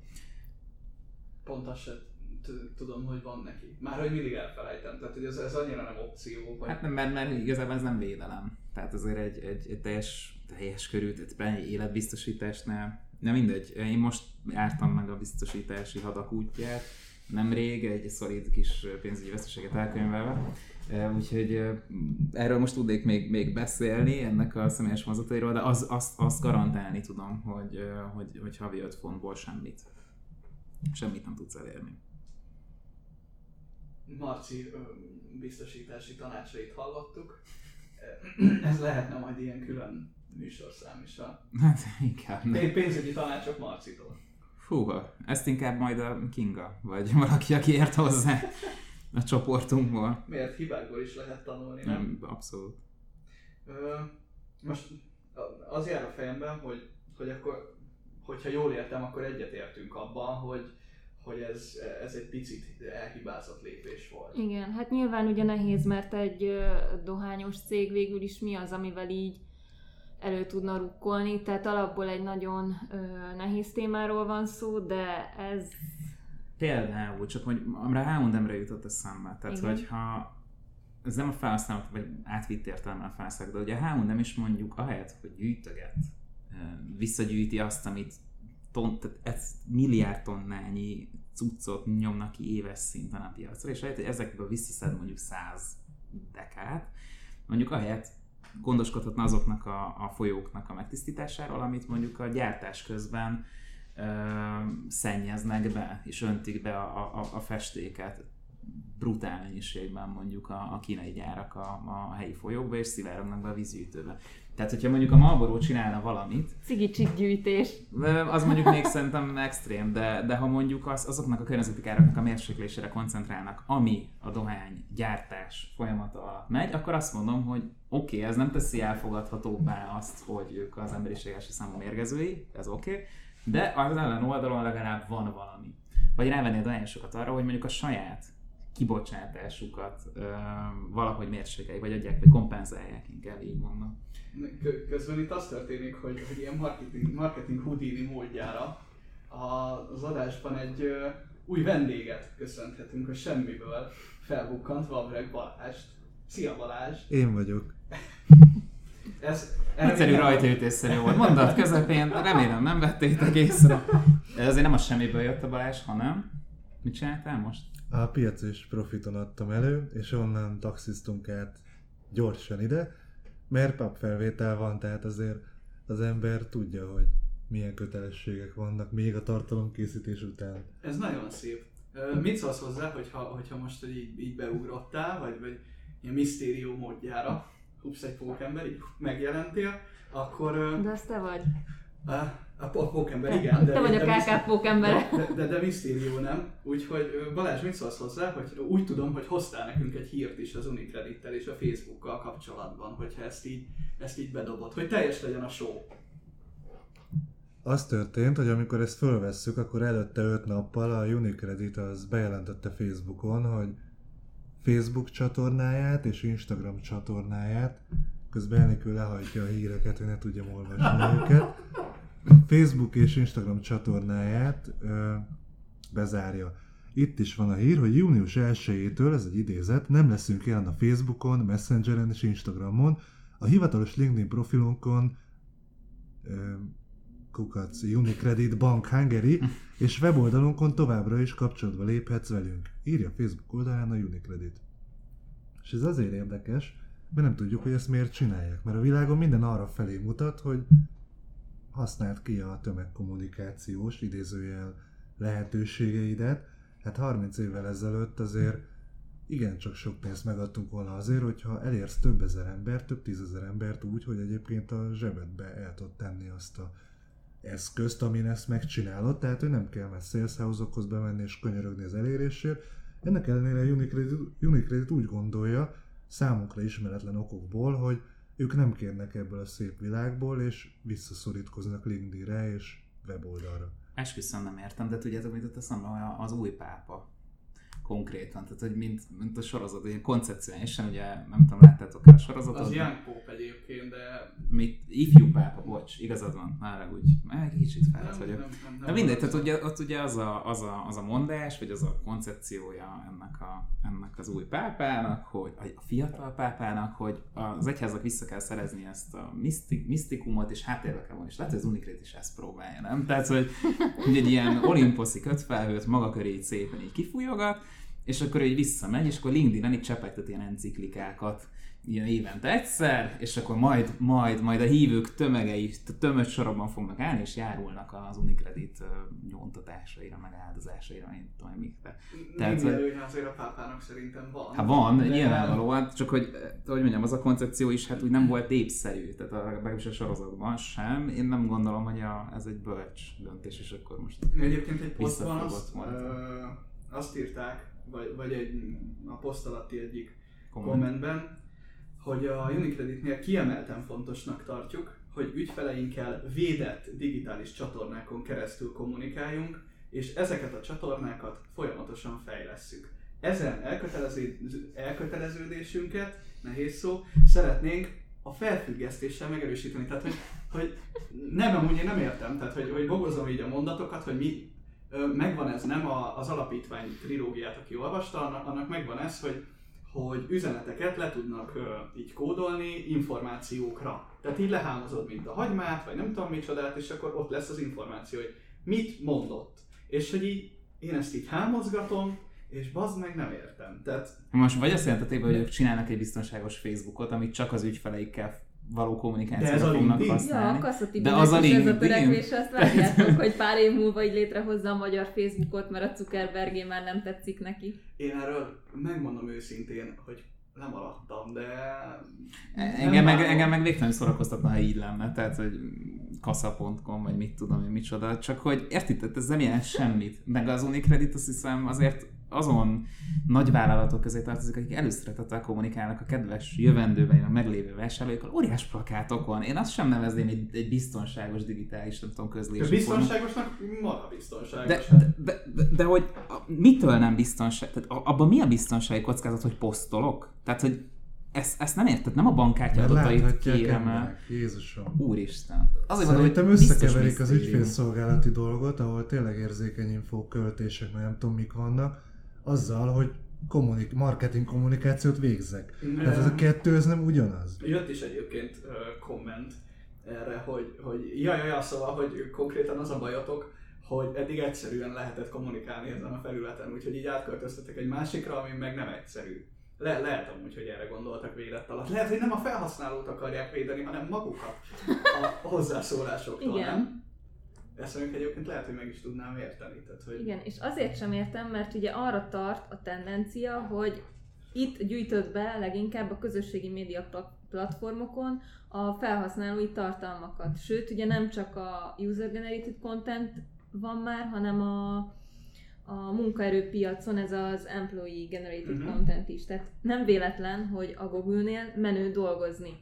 Pont azt sem tudom, hogy van neki. Már hogy mindig elfelejtem. Tehát, hogy ez, ez annyira nem opció. Vagy... Hát nem, mert, mert igazából ez nem védelem. Tehát azért egy, egy, egy teljes, teljes körű, tehát egy életbiztosításnál. Nem mindegy. Én most jártam meg a biztosítási hadak útját. Nemrég egy szolid kis pénzügyi veszteséget elkönyvelve. Úgyhogy erről most tudnék még, még beszélni, ennek a személyes mozatairól, de az, azt, azt garantálni tudom, hogy, hogy, hogy havi öt fontból semmit. Semmit nem tudsz elérni. Marci biztosítási tanácsait hallottuk. ez lehetne majd ilyen külön műsorszám is a Hát inkább nem. pénzügyi tanácsok Marcitól. Fúha, ezt inkább majd a Kinga, vagy valaki, aki ért hozzá a csoportunkból. Miért? Hibákból is lehet tanulni, nem? Nem, abszolút. Ö, most az jár a fejemben, hogy, hogy akkor, hogyha jól értem, akkor egyetértünk abban, hogy, hogy ez, ez egy picit elhibázott lépés volt. Igen, hát nyilván ugye nehéz, mert egy ö, dohányos cég végül is mi az, amivel így elő tudna rukkolni, tehát alapból egy nagyon ö, nehéz témáról van szó, de ez... Például, csak hogy amire há és em-re jutott eszembe, tehát Igen. hogyha ez nem a felhasználók, vagy átvitt értelemben a felhasználók, de ugye a há és em is mondjuk ahelyett, hogy gyűjtöget, visszagyűjti azt, amit ton, tehát ez milliárd tonnányi cuccot nyomnak ki éves szinten a piacra, és lehet, hogy ezekből visszaszed mondjuk száz dekát, mondjuk ahelyett gondoskodhatna azoknak a, a folyóknak a megtisztításáról, amit mondjuk a gyártás közben ö, szennyeznek be, és öntik be a, a, a festéket brutál mennyiségben mondjuk a, a kínai gyárak a, a helyi folyókba, és szivárognak be a vízgyűjtőbe. Tehát, hogyha mondjuk a Marlboro csinálna valamit, Cigicsit gyűjtés. az mondjuk még szerintem extrém, de, de ha mondjuk az, azoknak a környezeti károknak a mérséklésére koncentrálnak, ami a dohány gyártás folyamata alatt megy, akkor azt mondom, hogy oké, okay, ez nem teszi elfogadhatóbbá azt, hogy ők az emberiség első számú mérgezői, ez oké, okay, de az ellen oldalon legalább van valami. Vagy rávenni a dohányosokat arra, hogy mondjuk a saját kibocsátásukat ö, valahogy mérsékeljék, vagy adják, vagy kompenzálják, inkább így mondom. Közben itt az történik, hogy, hogy ilyen marketing, marketing Houdini módjára az adásban egy uh, új vendéget köszönhetünk a semmiből felbukkant Vavreg Balást. Szia Balázs! Én vagyok. Ez egyszerű rajtaütésszerű volt. Mondat közepén, remélem nem vettétek észre. Ez azért nem a semmiből jött a Balázs, hanem mit csináltál most? A piac és profiton adtam elő, és onnan taxiztunk át gyorsan ide, mert papfelvétel van, tehát azért az ember tudja, hogy milyen kötelességek vannak még a tartalomkészítés után. Ez nagyon szép. Mit szólsz hozzá, hogyha, hogyha most hogy így, így beugrottál, vagy, vagy ilyen misztérium módjára, hupsz egy pókember, így megjelentél, akkor... De az te vagy. A, a pókember, igen. De, te vagy a ká ká pókember. De, de, de, de misztérió nem. Úgyhogy Balázs, mit szólsz hozzá, hogy úgy tudom, hogy hoztál nekünk egy hírt is az Unicredittel és a Facebookkal kapcsolatban, hogyha ezt így, ezt így bedobod, hogy teljes legyen a show. Az történt, hogy amikor ezt fölvesszük, akkor előtte öt nappal a Unicredit az bejelentette Facebookon, hogy Facebook csatornáját és Instagram csatornáját, közben elnélkül lehajtja a híreket, hogy ne tudjam olvasni őket, Facebook és Instagram csatornáját ö, bezárja. Itt is van a hír, hogy június elsejétől, ez egy idézet, nem leszünk jelen a Facebookon, Messengeren és Instagramon, a hivatalos LinkedIn profilunkon ö, kukac, Unicredit Bank Hungary, és weboldalunkon továbbra is kapcsolatba léphetsz velünk. Írja a Facebook oldalán a Unicredit. És ez azért érdekes, mert nem tudjuk, hogy ezt miért csinálják. Mert a világon minden arra felé mutat, hogy használd ki a tömegkommunikációs idézőjel lehetőségeidet. Hát harminc évvel ezelőtt azért igencsak sok pénzt megadtunk volna azért, hogyha elérsz több ezer embert, több tízezer embert úgy, hogy egyébként a zsebedbe el tudod tenni azt a eszközt, amin ezt megcsinálod, tehát hogy nem kell már sales house-okhoz bemenni és könyörögni az elérésért. Ennek ellenére a Unicredit, Unicredit úgy gondolja, számunkra ismeretlen okokból, hogy ők nem kérnek ebből a szép világból, és visszaszorítkoznak LinkedInre és weboldalra. Esküszöm nem értem, de tudjátok, mit eszembe az új pápa konkrétan, tehát hogy mint, mint a sorozat, ilyen koncepcionálisan, ugye nem tudom, láttátok el a sorozatot? Az Young Pope egyébként, de... Mit, ifjú pápa, bocs, igazad van, már úgy, már kicsit fáradt vagyok. Nem, nem, nem de mindegy, tehát ugye, ott ugye az a, az, a, az a mondás, vagy az a koncepciója ennek, a, ennek az új pápának, hogy a fiatal pápának, hogy az egyháznak vissza kell szerezni ezt a misztik, misztikumot, és háttérbe kell volna, és lehet, hogy az Unicredit is ezt próbálja, nem? Tehát, hogy, hogy egy ilyen olimposzi kötfelhőt maga köré így szépen így kifújogat, és akkor így visszamegy, és akkor LinkedIn-en így csepegtet ilyen enciklikákat, ilyen évente egyszer, és akkor majd, majd, majd a hívők tömegei tömött sorokban fognak állni, és járulnak az Unicredit nyomtatásaira, meg áldozásaira, nem tudom, mikre. Tehát, hogy előnye azért a pápának szerintem van. Hát van, de... nyilvánvalóan, csak hogy, hogy mondjam, az a koncepció is hát úgy nem volt népszerű, tehát a, a sorozatban sem. Én nem gondolom, hogy a, ez egy bölcs döntés, és akkor most egyébként egy posztban azt, ö, azt írták, vagy, vagy egy, a poszt alatti egyik Comment. kommentben, hogy a Unicreditnél kiemelten fontosnak tartjuk, hogy ügyfeleinkkel védett digitális csatornákon keresztül kommunikáljunk, és ezeket a csatornákat folyamatosan fejlesszük. Ezen elkötelező, elköteleződésünket, nehéz szó, szeretnénk a felfüggesztéssel megerősíteni. Tehát, hogy, hogy nem, amúgy én nem értem, tehát, hogy, hogy bogozom így a mondatokat, hogy mi, megvan ez, nem a, az alapítvány trilógiát, aki olvasta, annak, annak megvan ez, hogy hogy üzeneteket le tudnak uh, így kódolni információkra. Tehát így lehámozod, mint a hagymát, vagy nem tudom micsodát, és akkor ott lesz az információ, hogy mit mondott. És hogy így én ezt így hámozgatom, és bazd meg nem értem. Tehát... Most vagy azt jelenteti, hogy ők csinálnak egy biztonságos Facebookot, amit csak az ügyfeleikkel való kommunikációra fognak használni. Ja, a kasszatibinek is ez a törekvés, azt várjátok, hogy pár év múlva így létrehozza a magyar Facebookot, mert a Zuckerbergé már nem tetszik neki. Én erről megmondom őszintén, hogy lemaradtam, de... Engem meg, engem meg végtelenül szórakoztatna, ha így lenne, tehát hogy kassa pont com, vagy mit tudom én, micsoda, csak hogy értitek, ez nem jelent semmit. Meg az Unicredit, azt hiszem azért azon nagy vállalatok közé tartozik, akik előszeretettel kommunikálnak a kedves jövendőben, a meglévő vásárlóikkal, óriás plakátokon. Én azt sem nevezném egy, egy biztonságos digitális, nem tudom, közlési. De biztonságosnak maga biztonságos. De, de, de, de, de hogy a, mitől nem biztonság? Tehát abban mi a biztonsági kockázat, hogy posztolok? Tehát, hogy ezt, ezt nem érted, nem a bankkártya adatait kérem el. Jézusom. Úristen. Azért Szerintem mondom, összekeverik az ügyfélszolgálati dolgot, ahol tényleg érzékeny infók, költések, nem tudom mik vannak, azzal, hogy kommunik- marketing kommunikációt végzek. Ne. Tehát ez a kettő, ez nem ugyanaz. Jött is egyébként uh, komment erre, hogy, hogy jaj, jaj, jaj, szóval, hogy konkrétan az a bajotok, hogy eddig egyszerűen lehetett kommunikálni ezen a felületen, úgyhogy így átköltöztetek egy másikra, ami meg nem egyszerű. Le- lehet amúgy, hogy erre gondoltak védett alatt. Lehet, hogy nem a felhasználót akarják védeni, hanem magukat a hozzászólásoktól, igen. Nem? Ezt mondjuk egyébként lehet, hogy meg is tudnám érteni. Tehát, hogy... Igen, és azért sem értem, mert ugye arra tart a tendencia, hogy itt gyűjtött be leginkább a közösségi média platformokon a felhasználói tartalmakat. Sőt, ugye nem csak a user-generated content van már, hanem a, a munkaerőpiacon ez az employee-generated uh-huh. content is. Tehát nem véletlen, hogy a Google-nél menő dolgozni.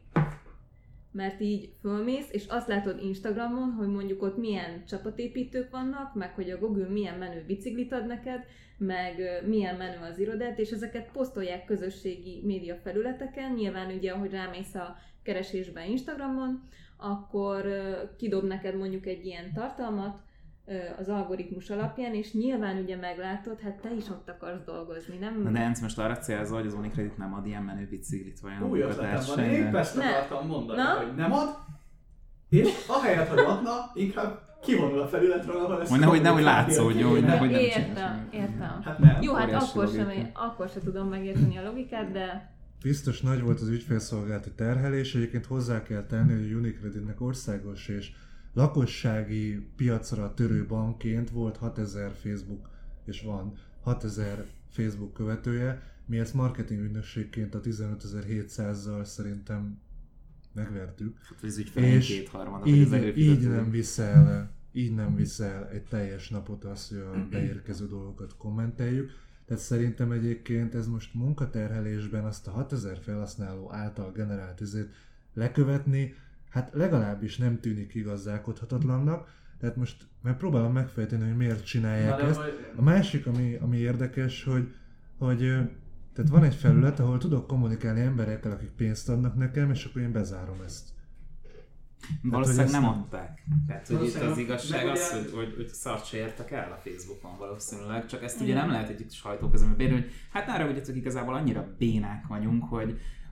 Mert így fölmész, és azt látod Instagramon, hogy mondjuk ott milyen csapatépítők vannak, meg hogy a Google milyen menő biciklit ad neked, meg milyen menő az irodát, és ezeket posztolják közösségi média felületeken. Nyilván ugye, ahogy rámész a keresésbe Instagramon, akkor kidob neked mondjuk egy ilyen tartalmat az algoritmus alapján, és nyilván ugye meglátod, hát te is ott akarsz dolgozni, nem? Na de Enc most arra célzol, hogy az Unicredit nem ad ilyen menő biciklit, vagy olyan ötletem van, én épp ezt akartam mondani, Na? hogy nem ad, és ahelyett, hogy adna, inkább kivonul a felületről, ahol ezt... Hogy nehogy, nehogy látszódjon, hogy nem, hogy nem Értem, értem. Hát nem. Jó, hát akkor sem, akkor sem tudom megérteni a logikát, de... Biztos nagy volt az ügyfélszolgálati terhelés, egyébként hozzá kell tenni, hogy a Unicreditnek országos és lakossági piacra törő bankként volt hatezer Facebook, és van hatezer Facebook követője, mi ezt marketing ügynökségként a tizenötezer-hétszázzal szerintem megvertük. Az ügyfeleink kétharmada, hogy az előfizető. Így nem viszel, így nem viszel egy teljes napot azt, hogy a beérkező dolgokat kommenteljük. Tehát szerintem egyébként ez most munkaterhelésben azt a hatezer felhasználó által generált izét lekövetni, hát legalábbis nem tűnik igazdálkodhatatlannak, tehát most már próbálom megfejteni, hogy miért csinálják ezt. Vagy... A másik, ami, ami érdekes, hogy, hogy tehát van egy felület, ahol tudok kommunikálni emberekkel, akik pénzt adnak nekem, és akkor én bezárom ezt. Valószínűleg hát, nem adták. Tehát, hogy itt az igazság az, hogy, hogy, hogy szart se értek el a Facebookon valószínűleg, csak ezt ugye nem lehet egy sajtóközleményben, hogy hát arra ugye igazából annyira bénák vagyunk, hogy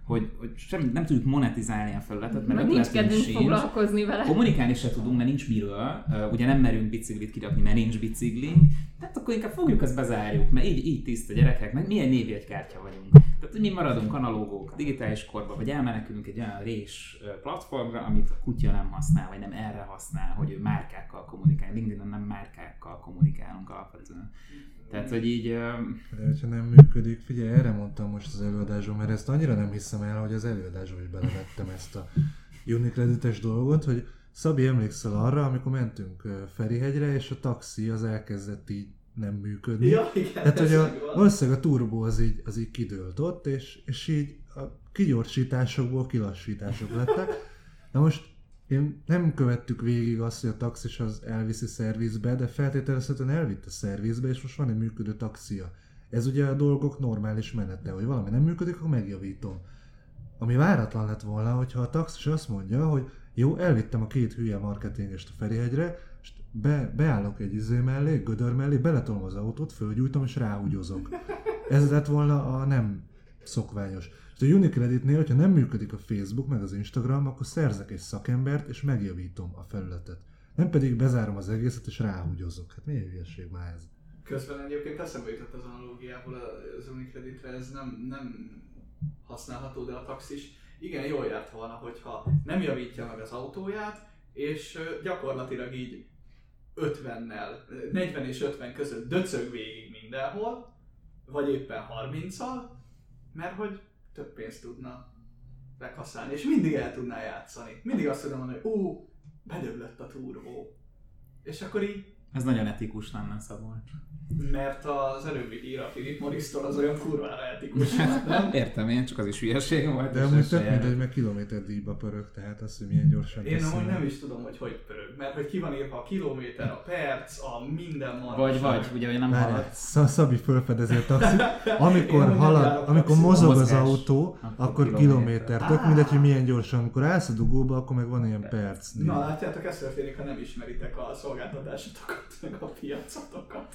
hogy, hogy sem, nem tudjuk monetizálni a felületet, mert meg nincs kedvünk foglalkozni vele. Kommunikálni se tudunk, mert nincs miről, ugye nem merünk biciklit kirakni, mert nincs biciklink, tehát akkor inkább fogjuk, azt bezárjuk, mert így, így tiszta gyerekek, meg milyen névjegykártya vagyunk. Tehát mi maradunk analógok a digitális korba, vagy elmenekülünk egy olyan rés platformra, amit a kutya nem használ, vagy nem erre használ, hogy ő márkákkal kommunikál. LinkedIn-en nem márkákkal kommunikálunk alapvetően. Tehát, hogy így... De hogyha nem működik, figyelj, erre mondtam most az előadásban, mert ezt annyira nem hiszem el, hogy az előadásban is belevettem ezt a Unicredites dolgot, hogy Szabi, emlékszel arra, amikor mentünk Ferihegyre, és a taxi az elkezdett így nem működni. Ja, igen, tehát, hogy a, valószínűleg a turbó az így, az így kidőlt ott, és, és így a kigyorsításokból kilassítások lettek. Na most én nem követtük végig azt, hogy a taxis az elviszi szervizbe, de feltételezhetően elvitte szervizbe, és most van egy működő taxia. Ez ugye a dolgok normális menete, hogy valami nem működik, akkor megjavítom. Ami váratlan lett volna, hogyha a taxis azt mondja, hogy jó, elvittem a két hülye marketingest a Ferihegyre, és be, beállok egy izé mellé, gödör mellé, beletolom az autót, fölgyújtom és ráhúgyozok. Ez lett volna a nem szokványos. És a Unicreditnél, hogyha nem működik a Facebook meg az Instagram, akkor szerzek egy szakembert és megjavítom a felületet. Nem pedig bezárom az egészet és ráhúgyozok. Hát milyen hülyeség már ez? Közben egyébként eszembe jutott az analógiából az Unicreditre, ez nem, nem használható, de a taxis igen jól járt volna, hogyha nem javítja meg az autóját, és gyakorlatilag így ötvennel, negyven és ötven között döcög végig mindenhol, vagy éppen harminccal, mert hogy több pénzt tudna bekaszálni, és mindig el tudná játszani. Mindig azt tudom mondani, hogy ú, bedöglött a turbó. És akkor így... Ez nagyon etikus lenne, Szabolcs. Mert az előbbi hír a Philip Morris-tól az olyan kurvára etikus volt, nem? Értem én, csak az is hülyeség volt. De amúgy tök mindegy, meg kilométer díjba pörög, tehát az, hogy milyen gyorsan Én amúgy nem is tudom, hogy hogy pörög, mert hogy ki van írva a kilométer, a perc, a minden marhaság. Vagy, vagy, ugye, hogy nem Várj, halad. Szabi fölfedezi a taxit. Amikor halad, amikor mozog az Mozgás. autó, Akkor akkor kilométer. kilométer. Tök mindegy, hogy milyen gyorsan. Amikor állsz a dugóba, akkor meg van ilyen perc. Na látjátok, ez történik, ha nem ismeritek a szolgáltatásotokat, meg a piacotokat.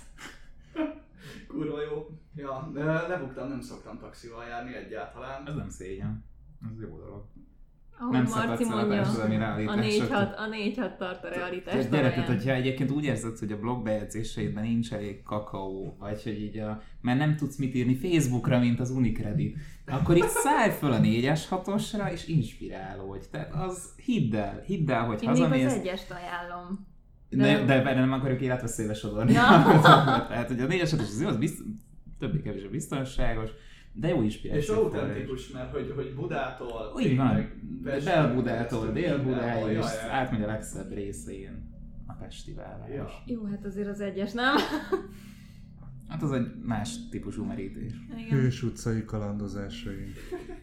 Kurva jó. Ja, de lebuktam, nem szoktam taxival járni egyáltalán. Ez nem szégyen. Ez jó dolog. Ahogy Nem Marci szakadsz el a mondja, társadalmi a realitások. négy hat, a négy hat tart a realitás Gyere, tehát, talaján. hogyha egyébként úgy érzed, hogy a blogbejegyzéseidben nincs elég kakaó, vagy hogy így a, mert nem tudsz mit írni Facebookra, mint az Unicredit, akkor itt szállj föl a négyes hatosra és inspirálódj. Tehát az hidd el, hidd el, hogy Én még hazamész. az egyest ajánlom. De, de, de nem akarjuk életveszélybe sodorni. Ja. Tehát, hogy a négyes hatos az jó, az bizt, többé-kevésbé biztonságos, de jó inspiráció. És autentikus, mert hogy, hogy Budától... Úgy van, Pestre, Bel-Budától Dél-Budáig, mindenhol, és jaj, jaj. átmegy a legszebb részén a Pesti város. Ja. Jó, hát azért az egyes, nem? Hát az egy más típusú merítés. Igen. Hős utcai kalandozásaink.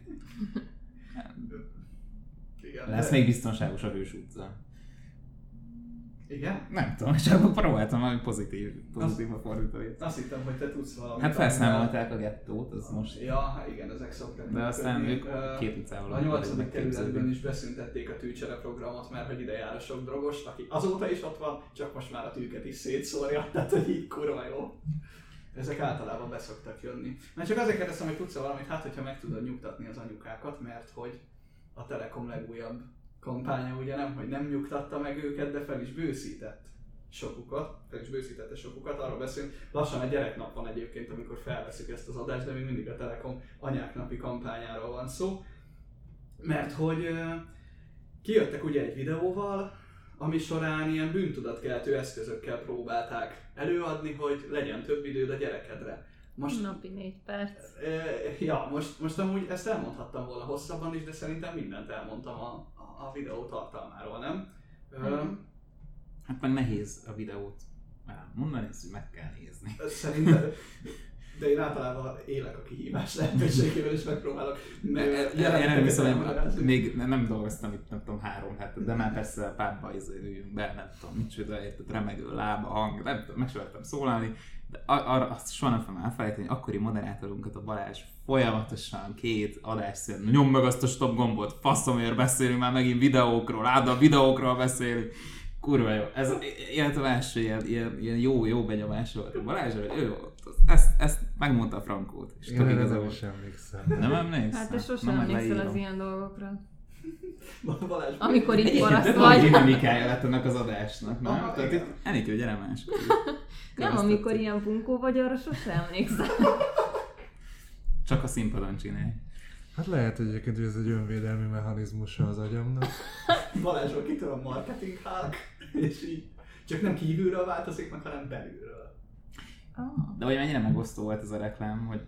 Igen, Lesz de- még biztonságos a Hős utca. Igen? Nem tudom, csak próbáltam valami pozitív, pozitív a fordítani. Azt hittem, hogy te tudsz valamit. Hát felszámolták a gettót, az most. Ja, igen, ezek szoktak. De aztán működni. ők Ö, két utcával A nyolcadik akarják kerületben megképzelni. is beszüntették a tűcsere programot, mert hogy ide jár a sok drogos, aki azóta is ott van, csak most már a tűket is szétszórja, tehát hogy így kurva jó. Ezek általában beszoktak jönni. Mert csak azért kérdeztem, hogy tudsz valamit, hát hogyha meg tudod nyugtatni az anyukákat, mert hogy a Telekom legújabb kampánya ugye nem, hogy nem nyugtatta meg őket, de fel is bőszített sokukat, fel is bőszítette sokukat, arról beszélünk. Lassan egy gyereknap van egyébként, amikor felveszik ezt az adást, de még mindig a Telekom anyák napi kampányáról van szó. Mert hogy ö, kijöttek ugye egy videóval, ami során ilyen bűntudatkeltő eszközökkel próbálták előadni, hogy legyen több időd a gyerekedre. Most, Napi négy perc. e, ja, most, most amúgy ezt elmondhattam volna hosszabban is, de szerintem mindent elmondtam a, a, a videó tartalmáról, nem? Ö, Mhm. Hát meg nehéz a videót mondani, ezt hogy meg kell nézni. Szerintem, de én általában élek a kihívás lehetőségével, és megpróbálok Én nem hiszem, hogy még nem dolgoztam itt, nem tudom, három hetet, de már persze a párba izéljünk be, nem tudom, micsoda, érted, remegő lába, hang, nem tudom, meg sem lettem szólalni, de arra azt soha nem fogom elfelejteni, hogy akkori moderátorunkat, a Balázs folyamatosan két adás szerint nyomd meg azt a stop gombot, faszomért beszélünk már megint videókról, áld a videókról beszélünk. Kurva jó. Ez életem első ilyen, ilyen, ilyen jó, jó benyomás volt. Balázs, ő volt. Ezt, ezt megmondta a Frankót. És Én erre nem is emlékszem. Nem emlékszem? Hát te sosem emlékszel az ilyen dolgokra. Balázs, amikor itt paraszt vagy. vagy. De dinamikája lett ennek az adásnak, nem? Aha, Tehát igen. itt Enikő, gyere máskor. Nem, amikor ilyen bunkó vagy, arra sosem emlékszel. Csak a színpadon csinálj. Hát lehet egyébként, hogy ez egy önvédelmi mechanizmusa az agyamnak. Balázsról kitör a marketing hack, és így csak nem kívülről változik meg, hanem belülről. Ah. De hogy mennyire megosztó volt ez a reklám, hogy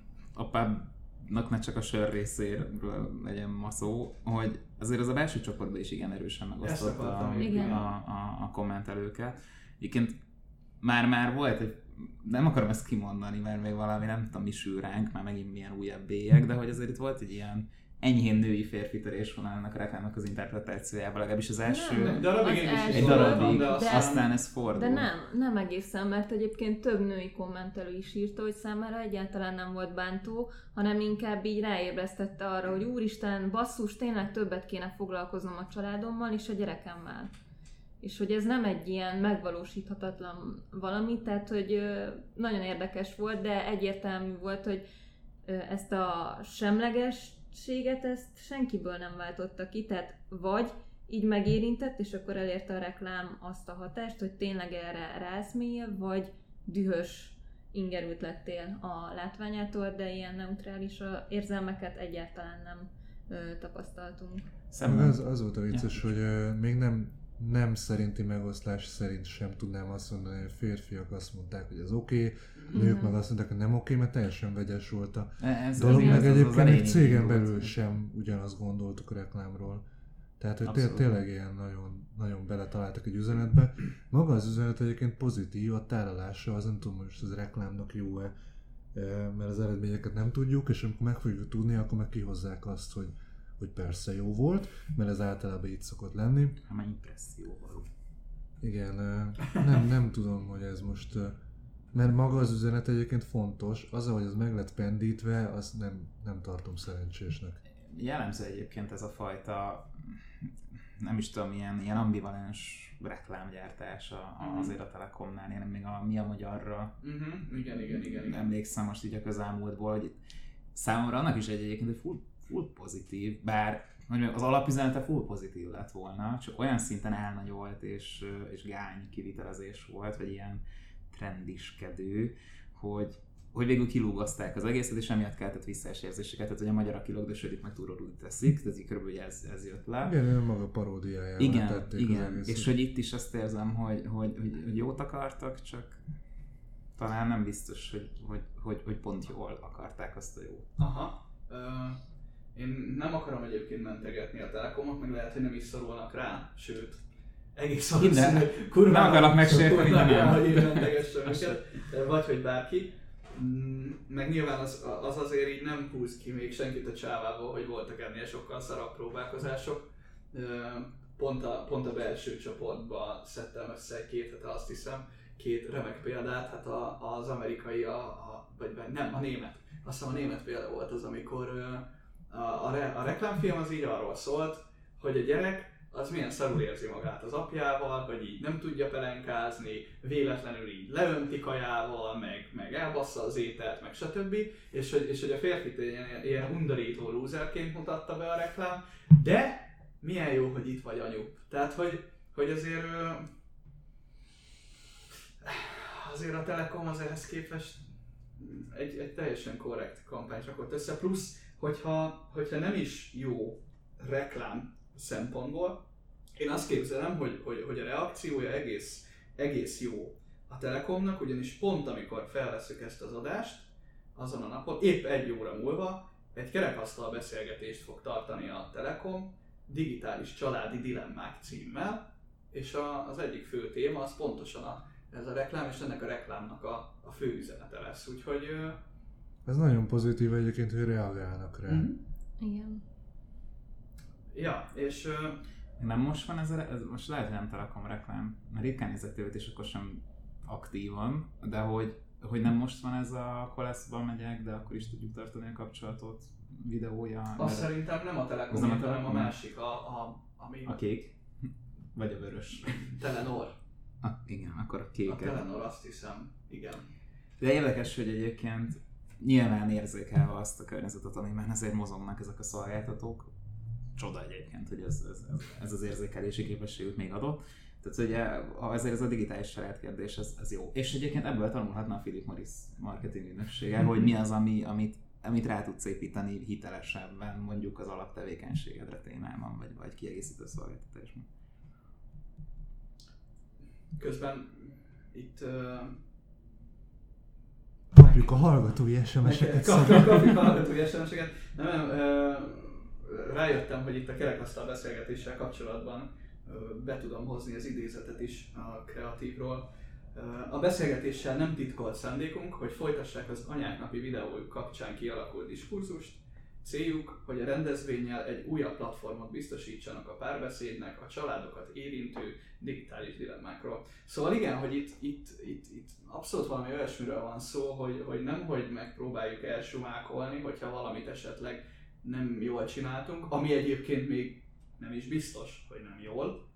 apámnak ne csak a sör részéről legyen ma szó, hogy azért az a belső csoportban is igen erősen megosztott a, a, a, a kommentelőket. Egyébként már-már volt egy, nem akarom ezt kimondani, mert még valami nem tudom mi sül ránk, már megint milyen újabb bélyeg, de hogy azért itt volt egy ilyen enyhén női férfi törésvonal ennek a reklámnak az interpretációjában, legalábbis az első Nem, darabig az én is első- egy darabig, de de- aztán ez fordul. De nem, nem egészen, mert egyébként több női kommentelő is írta, hogy számára egyáltalán nem volt bántó, hanem inkább így ráébresztette arra, hogy úristen, basszus, tényleg többet kéne foglalkoznom a családommal és a gyerekemmel. És hogy ez nem egy ilyen megvalósíthatatlan valami, tehát hogy ö, nagyon érdekes volt, de egyértelmű volt, hogy ö, ezt a semlegességet, ezt senkiből nem váltotta ki, tehát vagy így megérintett, és akkor elérte a reklám azt a hatást, hogy tényleg erre ráeszméljél, vagy dühös, ingerült lettél a látványától, de ilyen neutrális érzelmeket egyáltalán nem ö, tapasztaltunk. Szemben. Az, az volt a vicces, hogy uh, még nem, nem szerinti megoszlás szerint sem tudnám azt mondani, hogy a férfiak azt mondták, hogy ez oké, okay, nők meg azt mondták, hogy nem oké, okay, mert teljesen vegyes volt a Ez, dolog, ez, meg ez az egyébként elején egy cégen így belül volt. sem ugyanazt gondoltuk a reklámról. Tehát, hogy té- Abszolút. tényleg ilyen nagyon, nagyon beletaláltak egy üzenetbe. Maga az üzenet egyébként pozitív, a tárolása, az nem tudom, most az reklámnak jó-e, mert az eredményeket nem tudjuk, és amikor meg fogjuk tudni, akkor meg kihozzák azt, hogy, hogy persze jó volt, mert ez általában így szokott lenni. Hát már impresszióval. Igen, nem, nem tudom, hogy ez most, mert maga az üzenet egyébként fontos, az, hogy az meg lett pendítve, azt nem, nem tartom szerencsésnek. Jellemző egyébként ez a fajta, nem is tudom, ilyen, ilyen ambivalens reklámgyártás a, a, azért a Telekomnál, én még a Mi a Magyarra Uh-huh. Igen, igen, igen, igen. emlékszem most így a közelmúltból, hogy számomra annak is egy egyébként egy full, full pozitív, bár mondjam, az alapüzenete full pozitív lett volna, csak olyan szinten elnagyolt és, és gány kivitelezés volt, vagy ilyen trendiskedő, hogy hogy végül kilúgozták az egészet, és emiatt keltett visszaes érzéseket, tehát hogy a magyarok kilögdösödik, meg túrorúd teszik, tehát így körülbelül ez, ez jött le. Igen, ő maga paródiájával Igen, tették igen. az egészet. És hogy itt is azt érzem, hogy, hogy, hogy, hogy jót akartak, csak talán nem biztos, hogy, hogy, hogy, hogy pont jól akarták azt a jót. Aha. Ö, én nem akarom egyébként mentegetni a Telekomot, meg lehet, hogy nem is szorulnak rá, sőt, egész valószínű, hogy kurva Nem akarlak megsérteni, de nem. hogy én mentegessem őket, vagy hogy bárki. Mm, Meg nyilván az, az azért így nem húz ki még senkit a csávából, hogy voltak ennél sokkal szarabb próbálkozások. Ö, Pont a, pont a belső csoportban szedtem össze egy két hete, azt hiszem, két remek példát, hát a, az amerikai, a, a, vagy, vagy nem, a német. Azt hiszem a német példa volt az, amikor ö, a, a, re, a reklámfilm az így arról szólt, hogy a gyerek az milyen szarul érzi magát az apjával, hogy így nem tudja pelenkázni, véletlenül így leönti kajával, meg, meg elbassza az ételt, meg stb. És hogy, és hogy a férfit ilyen, ilyen undorító lúzerként mutatta be a reklám, de milyen jó, hogy itt vagy anyu. Tehát, hogy, hogy azért, ö, azért a Telekom az ehhez képest egy, egy teljesen korrekt kampányt rakott össze, plusz, hogyha, hogyha nem is jó reklám szempontból, én azt képzelem, hogy, hogy, hogy a reakciója egész, egész jó a Telekomnak, ugyanis pont amikor felveszük ezt az adást, azon a napon, épp egy óra múlva egy kerekasztal beszélgetést fog tartani a Telekom, digitális családi dilemmák címmel, és a, az egyik fő téma az pontosan a, ez a reklám, és ennek a reklámnak a, a fő üzenete lesz, úgyhogy... Ez nagyon pozitív egyébként, hogy reagálnak rá. Mm-hmm. Igen. Ja, és... Nem most van ez, a, ez most lehet, hogy nem Telekom reklám, mert ritkán nézek tévét, és akkor sem aktívan, de hogy, hogy nem most van ez a koleszba megyek, de akkor is tudjuk tartani a kapcsolatot videója. Azt szerintem nem a Telekom, hanem a másik, a, a, ami... A kék? Vagy a vörös. Telenor. Ah, igen, akkor a kéket. A Telenor, azt hiszem, igen. De érdekes, hogy egyébként nyilván érzékelve azt a környezetet, amiben ezért mozognak ezek a szolgáltatók. Csoda egyébként, hogy ez, ez, ez, ez az érzékelési képességük még adott. Tehát ugye azért ez a digitális családkérdés, ez, ez jó. És egyébként ebből tanulhatna a Philip Morris marketing ügynöksége, hogy mi az, ami, amit, amit rá tudsz építeni hitelesebben mondjuk az alaptevékenységedre témában, vagy, vagy kiegészítő szolgáltatásban. Közben itt... Uh... Kapjuk a hallgatói es em es-eket. Kapjuk, kapjuk a hallgatói es em es-eket. Nem, nem, uh, rájöttem, hogy itt a kerekasztal beszélgetéssel kapcsolatban uh, be tudom hozni az idézetet is a kreatívról. Uh, a beszélgetéssel nem titkolt szándékunk, hogy folytassák az anyák napi videójuk kapcsán kialakult diskurzust. Céljuk, hogy a rendezvénnyel egy újabb platformot biztosítsanak a párbeszédnek, a családokat érintő digitális dilemmákról. Szóval igen, hogy itt, itt, itt, itt abszolút valami olyasmiről van szó, hogy, hogy nem hogy megpróbáljuk elsumákolni, hogyha valamit esetleg nem jól csináltunk, ami egyébként még nem is biztos, hogy nem jól,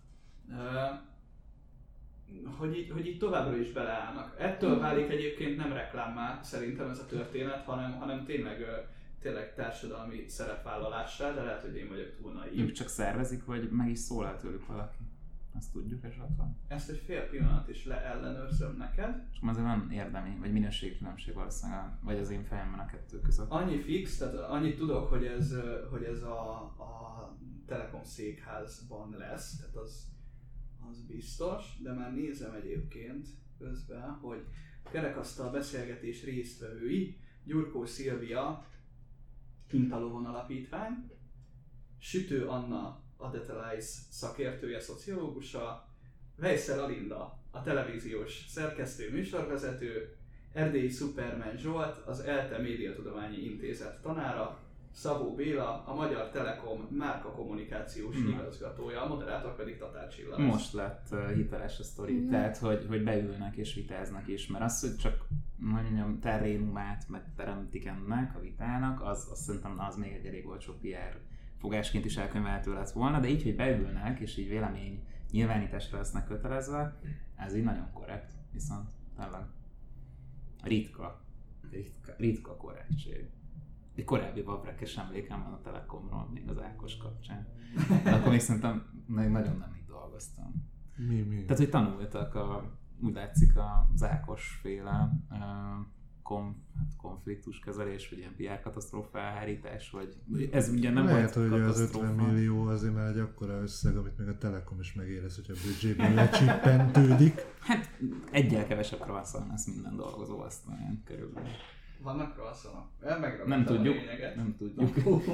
hogy így, hogy így továbbra is beleállnak. Ettől válik egyébként nem reklámmá szerintem ez a történet, hanem, hanem tényleg tényleg társadalmi szerepvállalással, de lehet, hogy én vagyok túl naív. Ők csak szervezik, vagy meg is szólal tőlük valaki? Azt tudjuk esetleg? Ezt egy fél pillanat is leellenőrzöm neked. És azért van érdemi, vagy minőségi különbség valószínűleg, vagy az én fejemben a kettő között. Annyi fix, tehát annyit tudok, hogy ez, hogy ez a, a Telekom székházban lesz, tehát az, az biztos, de már nézem egyébként közben, hogy kerekasztal beszélgetés résztvevői, Gyurkó Szilvia, Hintalovon Alapítvány, Sütő Anna, a Detalize szakértője, szociológusa, Weissel Alinda, a televíziós szerkesztő, műsorvezető, Erdélyi Superman Zsolt, az ELTE Médiatudományi Intézet tanára, Szabó Béla, a Magyar Telekom márkakommunikációs hmm. igazgatója, a moderátor pedig Tatár Csilla. Most lett uh, hiteles a sztori, hmm. tehát hogy, hogy beülnek és vitáznak is, mert az, hogy csak mondjam, terrénumát megteremtik ennek a vitának, az, az szerintem az még egy elég olcsó pé er fogásként is elkönyvelhető lett volna, de így, hogy beülnek és így vélemény nyilvánításra lesznek kötelezve, ez így nagyon korrekt, viszont tényleg ritka, ritka, ritka korrektség. Egy korábbi babrekes emlékem van a Telekomról, még az Ákos kapcsán. De akkor még szerintem nagyon nem így dolgoztam. Mi, mi? Tehát, hogy tanultak, a, úgy látszik az Ákos féle uh, konf, konfliktuskezelés, vagy ilyen pé er katasztrófa elhárítás, vagy ez ugye nem lehet, volt hogy katasztrófa. Az ötven millió azért már egy akkora összeg, amit még a Telekom is megérez, hogy a büdzséből lecsippentődik. Hát egyel kevesebb croissant lesz minden dolgozó asztalján körülbelül. Vannak croissant-ok? Nem tudjuk, nem tudjuk.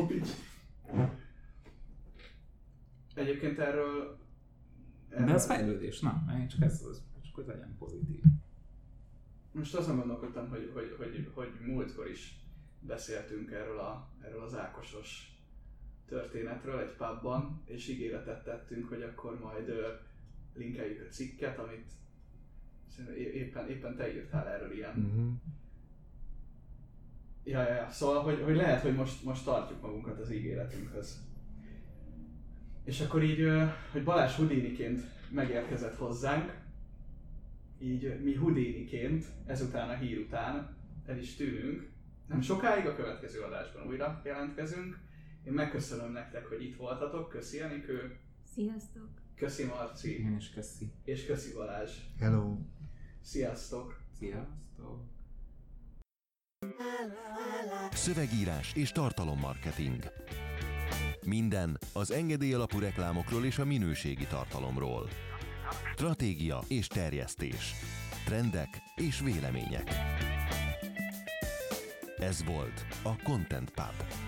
Egyébként erről... erről... De ez fejlődés, na, én csak ez az, csak hogy legyen pozitív. Most azon gondolkodtam, hogy, hogy, hogy, hogy múltkor is beszéltünk erről, a, erről az Ákosos történetről egy pubban, és ígéretet tettünk, hogy akkor majd ö, linkeljük a cikket, amit éppen, éppen te írtál erről ilyen. Uh-huh. Ja, ja, ja. Szóval, hogy, hogy lehet, hogy most, most tartjuk magunkat az ígéretünkhöz. És akkor így, hogy Balázs Houdiniként megérkezett hozzánk, így mi Houdiniként, ezután a hír után el is tűnünk. Nem sokáig, a következő adásban újra jelentkezünk. Én megköszönöm nektek, hogy itt voltatok. Köszi Enikő. Sziasztok. Köszi Marci. Én is köszi. És köszi Balázs. Hello. Sziasztok. Sziasztok. Szövegírás és tartalommarketing. Minden az engedély alapú reklámokról és a minőségi tartalomról. Stratégia és terjesztés. Trendek és vélemények. Ez volt a Content Pub.